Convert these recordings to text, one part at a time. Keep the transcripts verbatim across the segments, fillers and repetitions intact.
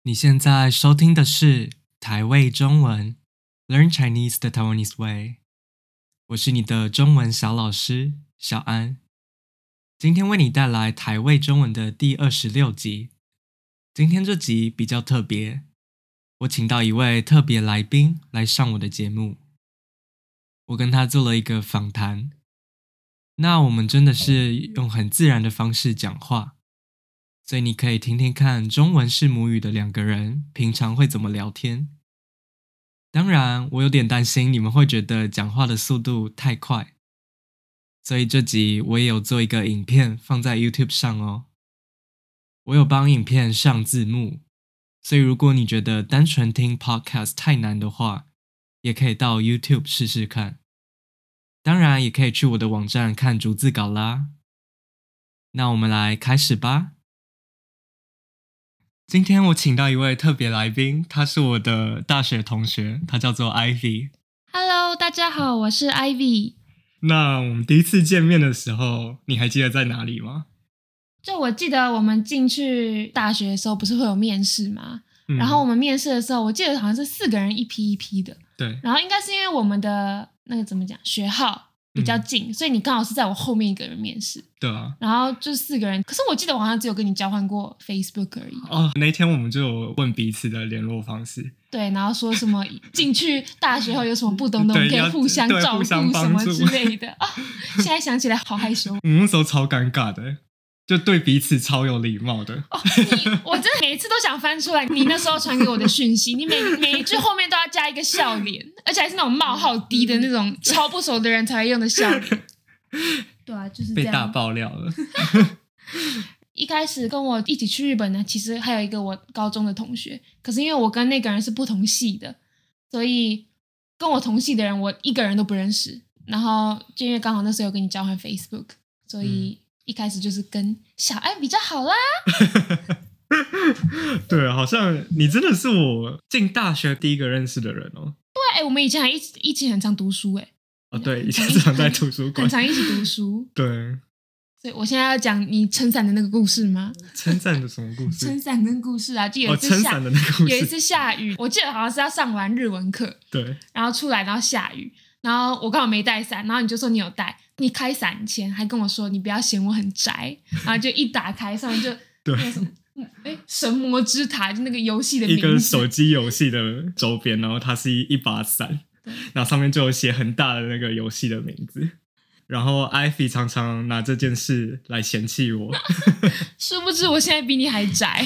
你现在收听的是台味中文 Learn Chinese the Taiwanese Way， 我是你的中文小老师小安，今天为你带来台味中文的第二十六集。今天这集比较特别，我请到一位特别来宾来上我的节目，我跟他做了一个访谈。那我们真的是用很自然的方式讲话，所以你可以听听看中文是母语的两个人平常会怎么聊天。当然，我有点担心你们会觉得讲话的速度太快，所以这集我也有做一个影片放在 YouTube 上哦。我有帮影片上字幕，所以如果你觉得单纯听 Podcast 太难的话，也可以到 YouTube 试试看。当然，也可以去我的网站看逐字稿啦。那我们来开始吧。今天我请到一位特别来宾，他是我的大学同学，他叫做 Ivy。Hello， 大家好，我是 Ivy。 那我们第一次见面的时候，你还记得在哪里吗？ 就我记得我们进去大学的时候，不是会有面试吗？嗯、然后我们面试的时候，我记得好像是四个人一批一批的。 对。 然后应该是因为我们的那个怎么讲，学号比较近、嗯，所以你刚好是在我后面一个人面试。 对啊。 然后就四个人，可是我记得我好像只有跟你交换过 Facebook 而已。 哦，那天我们就有问彼此的联络方式。 对，然后说什么进去大学后有什么不懂的，我们可以互相照顾什么之类的啊。现在想起来好害羞。 我们那时候超尴尬的，就对彼此超有礼貌的。 哦、你我真的每一次都想翻出来你那时候传给我的讯息，你每每一句后面都要加一个笑脸，而且还是那种冒号低的那种超不熟的人才会用的笑脸。对啊，就是这样。 被大爆料了。 一开始跟我一起去日本呢，其实还有一个我高中的同学，可是因为我跟那个人是不同系的，所以跟我同系的人我一个人都不认识。然后就因为刚好那时候有跟你交换 Facebook， 所以一开始就是跟小安比较好啦。 对，好像你真的是我进大学第一个认识的人哦。 对，我们以前还一起一起很常读书哎。 哦，对，以前常在图书馆， 很常一起读书。 对。 所以我现在要讲你撑伞的那个故事吗？ 撑伞的什么故事？ 撑伞的故事啊，就有一次下、 哦、撑伞的那个故事， 有一次下雨，我记得好像是要上完日文课， 对， 然后出来然后下雨，然后我刚好没带伞，然后你就说你有带，你开伞前还跟我说你不要嫌我很宅，然后就一打开上面就对那什么哎，神魔之塔，就那个游戏的名字， 一个手机游戏的周边，然后它是一一把伞，然后上面就有写很大的那个游戏的名字。然后 Ivy 常常拿这件事来嫌弃我。 殊不知我现在比你还宅。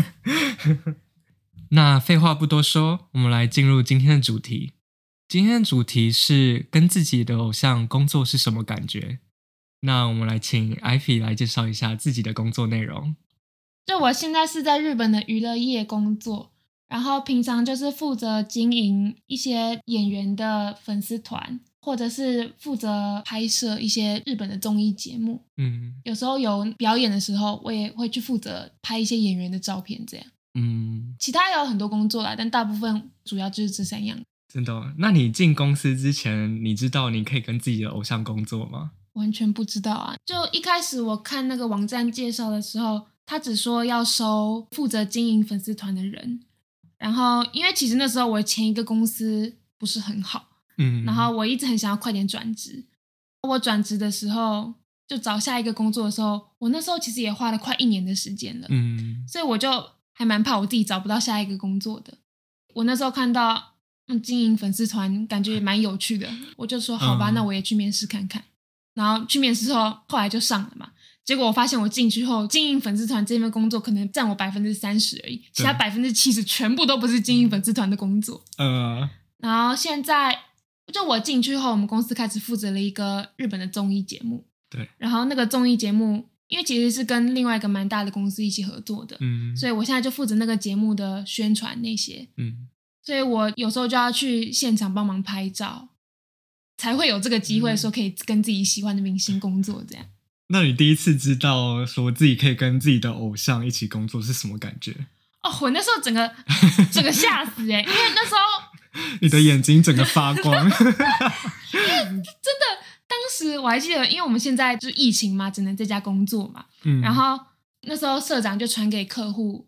那废话不多说，我们来进入今天的主题。今天的主题是跟自己的偶像工作是什么感觉。那我们来请 Ivy 来介绍一下自己的工作内容。 就我现在是在日本的娱乐业工作，然后平常就是负责经营一些演员的粉丝团，或者是负责拍摄一些日本的综艺节目。嗯，有时候有表演的时候，我也会去负责拍一些演员的照片，这样。嗯，其他也有很多工作啦，但大部分主要就是这三样。 真的哦？那你进公司之前，你知道你可以跟自己的偶像工作吗？ 完全不知道啊！就一开始我看那个网站介绍的时候，他只说要收负责经营粉丝团的人，然后因为其实那时候我前一个公司不是很好。嗯，然后我一直很想要快点转职。我转职的时候，就找下一个工作的时候，我那时候其实也花了快一年的时间了。嗯，所以我就还蛮怕我自己找不到下一个工作的。我那时候看到嗯经营粉丝团，感觉也蛮有趣的，我就说好吧、嗯，那我也去面试看看。然后去面试后，后来就上了嘛。结果我发现我进去后，经营粉丝团这份工作可能占我百分之三十而已，其他百分之七十全部都不是经营粉丝团的工作。嗯，然后现在。就我进去后，我们公司开始负责了一个日本的综艺节目。对，然后那个综艺节目，因为其实是跟另外一个蛮大的公司一起合作的，嗯，所以我现在就负责那个节目的宣传那些，嗯，所以我有时候就要去现场帮忙拍照，才会有这个机会说可以跟自己喜欢的明星工作这样。那你第一次知道说自己可以跟自己的偶像一起工作是什么感觉？哦，我那时候整个整个吓死哎、欸，因为那时候。你的眼睛整个发光。因为真的当时我还记得，因为我们现在就是疫情嘛，只能在家工作嘛、嗯、然后那时候社长就传给客户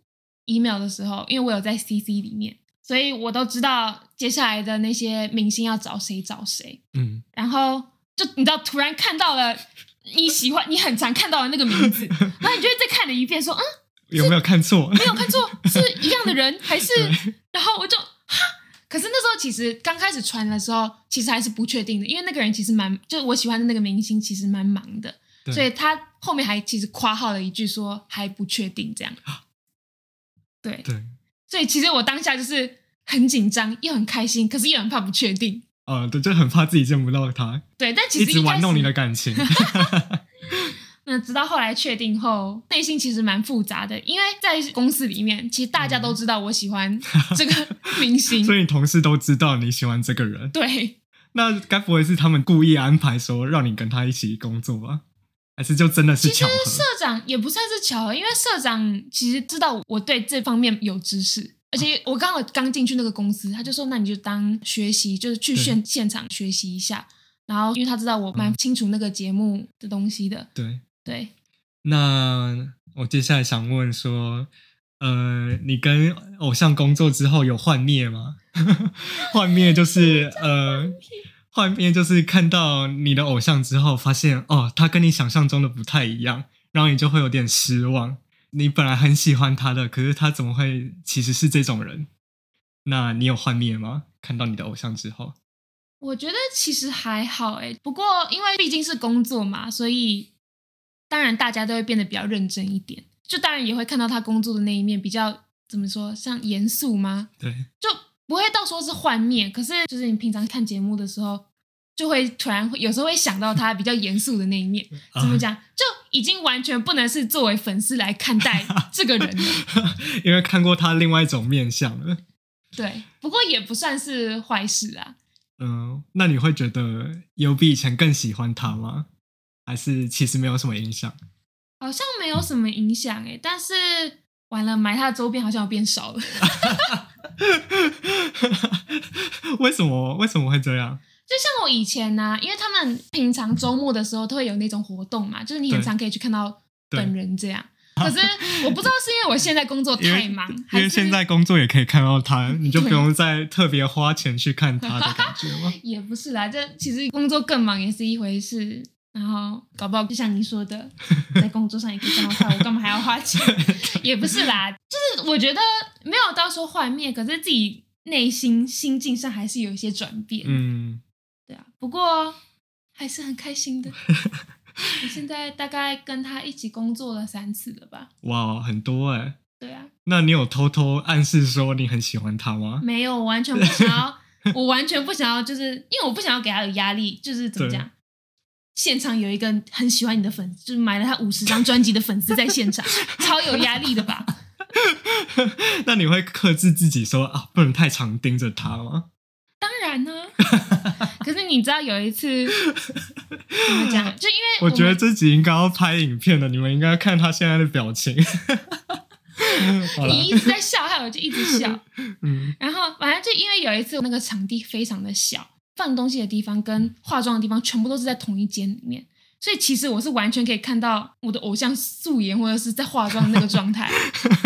email 的时候，因为我有在 C C 里面，所以我都知道接下来的那些明星要找谁找谁。嗯，然后就你知道，突然看到了你喜欢、你很常看到的那个名字，然后你就会再看了一遍，说，嗯， 有没有看错？ 没有看错，是一样的人还是？然后我就哈，可是那时候其实刚开始传的时候，其实还是不确定的，因为那个人其实蛮，就是我喜欢的那个明星其实蛮忙的，所以他后面还其实括号了一句说还不确定这样。对对，所以其实我当下就是很紧张，又很开心，可是又很怕不确定。 呃，对，就很怕自己见不到他。 对，但其实一直玩弄你的感情。 那直到后来确定后，内心其实蛮复杂的，因为在公司里面，其实大家都知道我喜欢这个明星， 所以你同事都知道你喜欢这个人。 对， 那该不会是他们故意安排说让你跟他一起工作吧？还是就真的是巧合？ 其实社长也不算是巧合，因为社长其实知道我对这方面有知识，而且我刚好刚进去那个公司，他就说那你就当学习，就是去现现场学习一下。然后因为他知道我蛮清楚那个节目的东西的， 对对。 那我接下来想问说，呃，你跟偶像工作之后有幻灭吗？幻灭就是呃，幻灭就是看到你的偶像之后，发现哦，他跟你想象中的不太一样，然后你就会有点失望。你本来很喜欢他的，可是他怎么会其实是这种人？那你有幻灭吗？看到你的偶像之后？ 我觉得其实还好诶，不过因为毕竟是工作嘛，所以当然大家都会变得比较认真一点，就当然也会看到他工作的那一面比较怎么说，像严肃吗？ 对， 就不会到说是幻灭，可是就是你平常看节目的时候，就会突然会有时候会想到他比较严肃的那一面。怎么讲？就已经完全不能是作为粉丝来看待这个人了， 因为看过他另外一种面相了。 对，不过也不算是坏事啊。 嗯，那你会觉得有比以前更喜欢他吗？还是其实没有什么影响？ 好像没有什么影响诶，但是完了买他的周边好像有变少了。 为什么？为什么会这样？ 就像我以前呢、啊，因为他们平常周末的时候都会有那种活动嘛，就是你很常可以去看到本人这样。可是我不知道是因为我现在工作太忙， 因为, 还是因为现在工作也可以看到他，你就不用再特别花钱去看他的感觉吗？ 也不是啦，这其实工作更忙也是一回事。然后搞不好就像你说的，在工作上也可以看到他，我干嘛还要花钱？也不是啦，就是我觉得没有到说幻灭，可是自己内心心境上还是有一些转变。嗯，对啊，不过还是很开心的。我现在大概跟他一起工作了三次了吧？ 哇，很多哎、欸。 对啊。 那你有偷偷暗示说你很喜欢他吗？ 没有，我完全不想要，我完全不想要，就是因为我不想要给他有压力，就是怎么讲？现场有一个很喜欢你的粉丝，就是买了他五十张专辑的粉丝在现场，超有压力的吧？ 那你会克制自己说啊，不能太常盯着他吗？ 当然呢。可是你知道有一次怎么讲？就因为我, 我觉得这集应该要拍影片的，你们应该看他现在的表情。 你一直在笑，害我就一直笑。嗯，然后反正就因为有一次那个场地非常的小，放东西的地方跟化妆的地方全部都是在同一间里面，所以其实我是完全可以看到我的偶像素颜或者是在化妆的那个状态。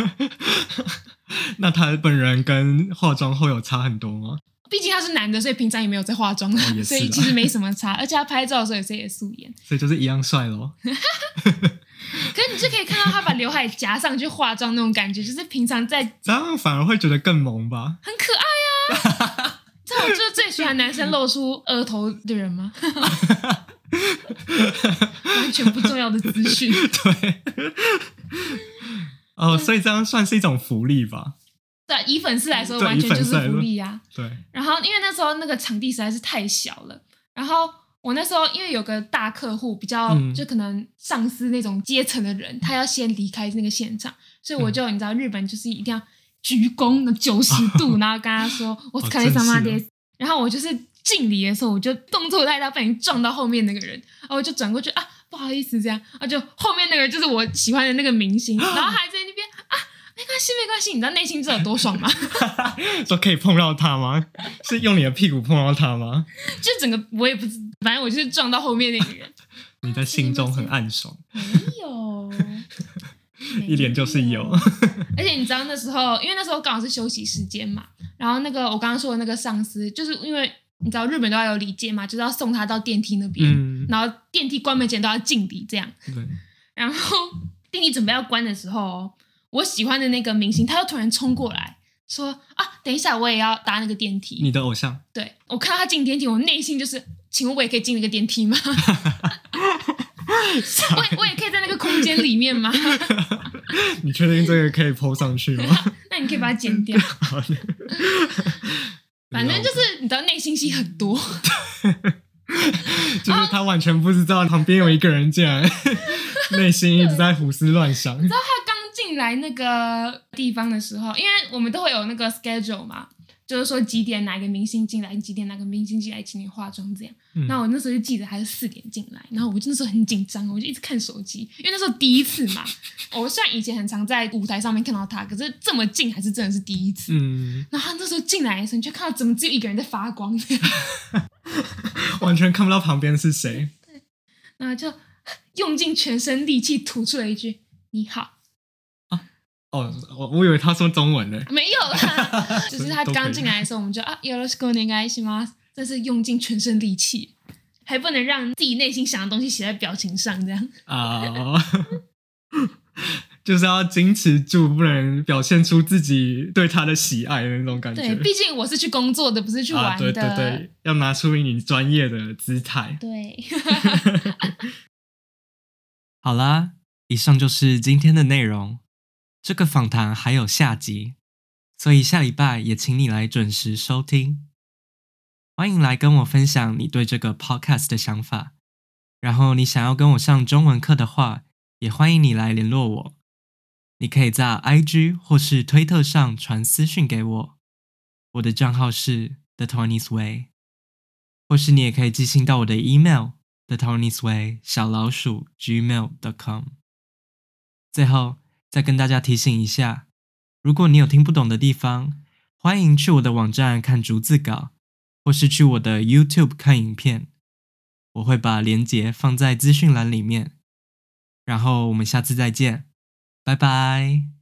那他本人跟化妆后有差很多吗？ 毕竟他是男的，所以平常也没有在化妆、哦、所以其实没什么差。而且他拍照的时候有时候也素颜， 所以就是一样帅咯。 可是你就可以看到他把刘海夹上去化妆那种感觉，就是平常在这样反而会觉得更萌吧， 很可爱啊。这我就是最喜欢男生露出额头的人吗？完全不重要的资讯。 对。哦，所以这样算是一种福利吧？ 对，以粉丝来说完全就是福利啊。 对。 然后因为那时候那个场地实在是太小了，然后我那时候因为有个大客户比较、嗯、就可能上司那种阶层的人，他要先离开那个现场，所以我就、嗯、你知道日本就是一定要鞠躬九十度，然后跟他说我是卡雷萨玛德，然后我就是敬礼的时候，我就动作太大，不小心撞到后面那个人，然后我就转过去啊，不好意思这样，然后就后面那个就是我喜欢的那个明星，然后还在那边啊。没关系，没关系，你知道内心这有多爽吗？ 说可以碰到他吗？是用你的屁股碰到他吗？ 就整个我也不知，反正我就是撞到后面那个人。 你在心中很暗爽。 没有， 一脸就是有。 而且你知道那时候，因为那时候刚好是休息时间嘛，然后那个我刚刚说的那个上司，就是因为你知道日本都要有礼节嘛，就是要送他到电梯那边，嗯、然后电梯关门前都要敬礼这样。 对。 然后电梯准备要关的时候，我喜欢的那个明星他又突然冲过来说啊，等一下我也要搭那个电梯。 你的偶像？ 对，我看到他进电梯，我内心就是，请问我也可以进那个电梯吗？我我也可以在那个空间里面吗？ 你确定这个可以 po 上去吗？ 那你可以把它剪掉。好的。反正就是你知道内心戏很多。 就是他完全不知道旁边有一个人进来，内心一直在胡思乱想。 你知道他刚进来那个地方的时候，因为我们都会有那个 schedule 嘛，就是说几点哪个明星进来，几点哪个明星进来，请你化妆这样。那、嗯、我那时候就记得还是四点进来，然后我就那时候很紧张，我就一直看手机，因为那时候第一次嘛。我虽然以前很常在舞台上面看到他，可是这么近还是真的是第一次。嗯。然后他那时候进来的时候，你就看到怎么只有一个人在发光， 完全看不到旁边是谁。 对。然后就用尽全身力气吐出了一句“你好”。 哦，我以为他说中文呢。 没有啦，就是他刚进来的时候，我们就啊，よろしくお願いします，真是用尽全身力气，还不能让自己内心想的东西写在表情上，这样啊， 就是要矜持住，不能表现出自己对他的喜爱的那种感觉。 对，毕竟我是去工作的，不是去玩的。啊、 对对对，要拿出你专业的姿态。 对。 好啦，以上就是今天的内容。这个访谈还有下集，所以下礼拜也请你来准时收听。欢迎来跟我分享你对这个 podcast 的想法，然后你想要跟我上中文课的话，也欢迎你来联络我。你可以在 I G 或是推特上传私讯给我，我的账号是 The Taiwanese Way， 或是你也可以寄信到我的 email The Taiwanese Way 小老鼠 gmail dot com。 最后再跟大家提醒一下，如果你有听不懂的地方，欢迎去我的网站看逐字稿，或是去我的 YouTube 看影片，我会把连结放在资讯栏里面。然后我们下次再见，拜拜。